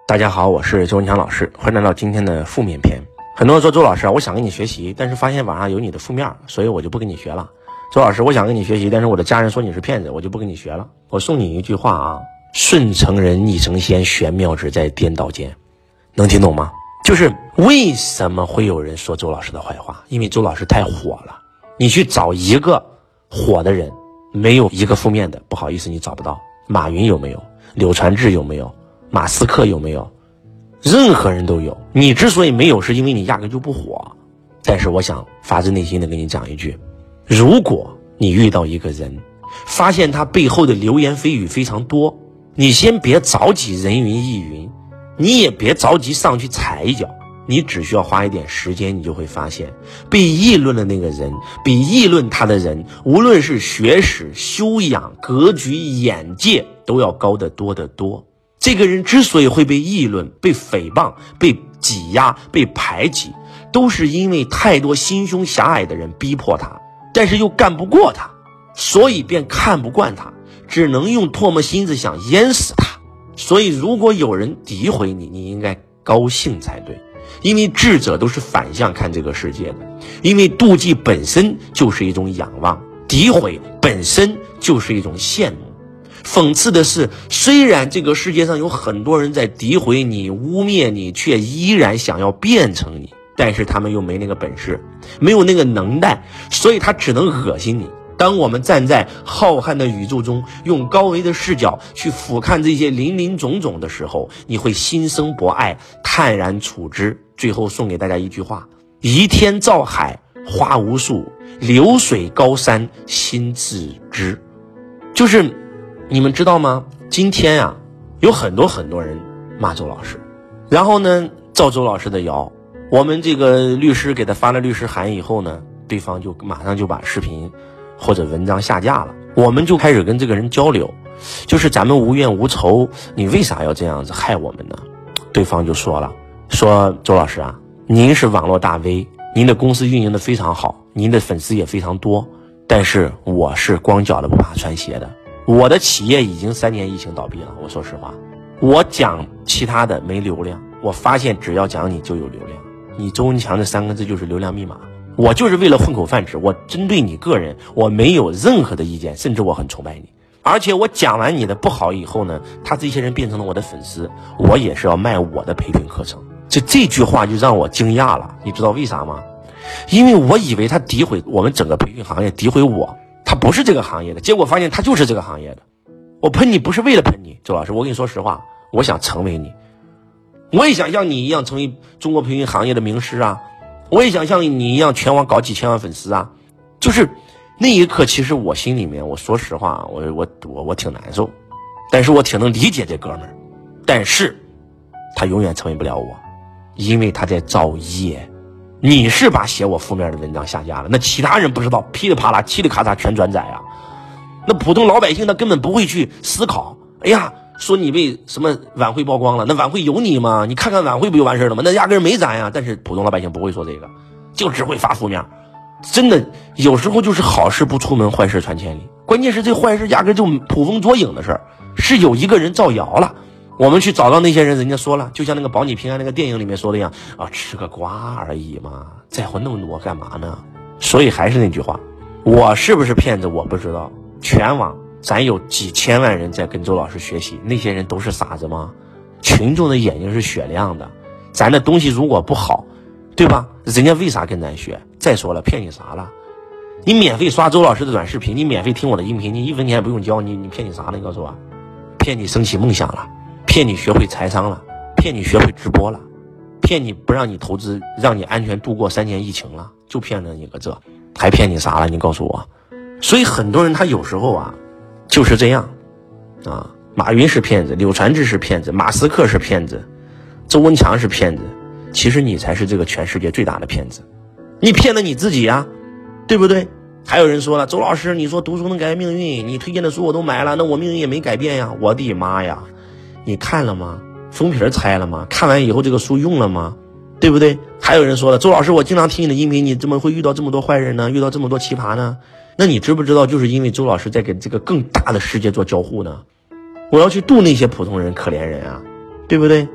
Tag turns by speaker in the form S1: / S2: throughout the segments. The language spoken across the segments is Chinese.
S1: 大家好，我是周文强老师，欢迎来到今天的负面篇。很多人说周老师，我想跟你学习，但是发现网上有你的负面，所以我就不跟你学了。周老师，我想跟你学习，但是我的家人说你是骗子，我就不跟你学了。我送你一句话啊，顺成人逆成仙，玄妙只在颠倒间。能听懂吗？就是为什么会有人说周老师的坏话，因为周老师太火了。你去找一个火的人，没有一个负面的，不好意思，你找不到。马云有没有？柳传志有没有？马斯克有没有？任何人都有。你之所以没有，是因为你压根就不火。但是我想发自内心的跟你讲一句，如果你遇到一个人，发现他背后的流言蜚语非常多，你先别着急人云亦云，你也别着急上去踩一脚，你只需要花一点时间，你就会发现被议论的那个人，比议论他的人，无论是学识、修养、格局、眼界，都要高得多得多。这个人之所以会被议论、被诽谤、被挤压、被排挤，都是因为太多心胸狭隘的人逼迫他，但是又干不过他，所以便看不惯他，只能用唾沫星子想淹死他。所以如果有人诋毁你，你应该高兴才对，因为智者都是反向看这个世界的，因为妒忌本身就是一种仰望，诋毁本身就是一种羡慕。讽刺的是，虽然这个世界上有很多人在诋毁你、污蔑你，却依然想要变成你，但是他们又没那个本事，没有那个能耐，所以他只能恶心你。当我们站在浩瀚的宇宙中，用高维的视角去俯瞰这些林林总总的时候，你会心生博爱，泰然处之。最后送给大家一句话：移天造海，花无数；流水高山，心自知。就是你们知道吗？今天啊，有很多人骂周老师，然后呢造周老师的谣。我们这个律师给他发了律师函以后呢，对方就马上就把视频或者文章下架了。我们就开始跟这个人交流，就是咱们无冤无仇，你为啥要这样子害我们呢？对方就说了，说周老师啊，您是网络大 V， 您的公司运营的非常好，您的粉丝也非常多，但是我是光脚的不怕穿鞋的，我的企业已经3年疫情倒闭了。我说实话，我讲其他的没流量，我发现只要讲你就有流量，你周文强这3个字就是流量密码。我就是为了混口饭吃，我针对你个人，我没有任何的意见，甚至我很崇拜你。而且我讲完你的不好以后呢，他这些人变成了我的粉丝，我也是要卖我的培训课程。这句话就让我惊讶了，你知道为啥吗？因为我以为他诋毁我们整个培训行业，诋毁我，他不是这个行业的，结果发现他就是这个行业的。我喷你不是为了喷你，周老师，我跟你说实话，我想成为你，我也想像你一样成为中国培训行业的名师啊，我也想像你一样全网搞几千万粉丝啊。就是那一刻，其实我心里面，我说实话，我挺难受，但是我挺能理解这哥们儿，但是他永远成为不了我，因为他在造业。你是把写我负面的文章下架了，那其他人不知道，噼里啪啦嘁里咔嚓全转载啊。那普通老百姓他根本不会去思考，哎呀，说你为什么晚会曝光了，那晚会有你吗？你看看晚会不就完事了吗？那压根没咱呀。但是普通老百姓不会说这个，就只会发负面。真的有时候就是好事不出门，坏事传千里。关键是这坏事压根就捕风捉影的事儿，是有一个人造谣了。我们去找到那些人，人家说了，就像那个保你平安那个电影里面说的一样啊，吃个瓜而已嘛，在乎那么多干嘛呢？所以还是那句话，我是不是骗子我不知道，全网咱有几千万人在跟周老师学习，那些人都是傻子吗？群众的眼睛是雪亮的，咱的东西如果不好，对吧？人家为啥跟咱学？再说了，骗你啥了？你免费刷周老师的短视频，你免费听我的音频，你1分钱也不用交，你骗你啥呢？你告诉我，骗你升起梦想了，骗你学会财商了，骗你学会直播了，骗你不让你投资，让你安全度过3年疫情了，就骗了你个这，还骗你啥了？你告诉我。所以很多人他有时候啊就是这样啊，马云是骗子，柳传志是骗子，马斯克是骗子，周文强是骗子，其实你才是这个全世界最大的骗子，你骗了你自己啊，对不对？还有人说了，周老师你说读书能改变命运，你推荐的书我都买了，那我命运也没改变呀。我的妈呀，你看了吗？封皮拆了吗？看完以后这个书用了吗？对不对？还有人说了，周老师我经常听你的音频，你怎么会遇到这么多坏人呢？遇到这么多奇葩呢？那你知不知道，就是因为周老师在给这个更大的世界做交互呢？我要去度那些普通人可怜人啊，对不对？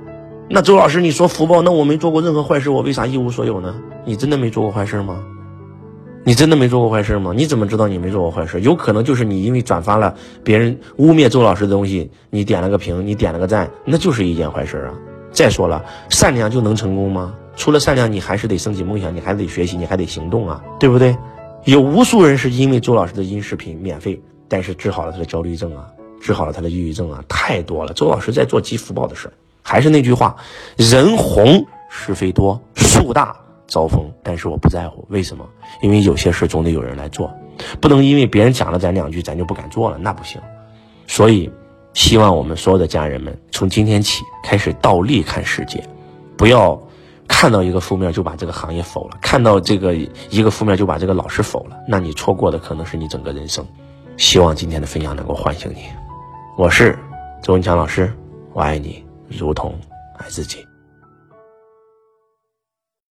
S1: 那周老师你说福报，那我没做过任何坏事，我为啥一无所有呢？你真的没做过坏事吗？你真的没做过坏事吗？你怎么知道你没做过坏事？有可能就是你因为转发了别人污蔑周老师的东西，你点了个评，你点了个赞，那就是一件坏事啊。再说了，善良就能成功吗？除了善良，你还是得升起梦想，你还得学习，你还得行动啊，对不对？有无数人是因为周老师的音视频免费，但是治好了他的焦虑症啊，治好了他的抑郁症啊，太多了。周老师在做积福报的事儿。还是那句话，人红是非多，树大招风，但是我不在乎，为什么？因为有些事总得有人来做，不能因为别人讲了咱两句，咱就不敢做了，那不行。所以希望我们所有的家人们从今天起开始倒立看世界，不要看到一个负面就把这个行业否了，看到这个一个负面就把这个老师否了，那你错过的可能是你整个人生。希望今天的分享能够唤醒你。我是周文强老师，我爱你如同爱自己。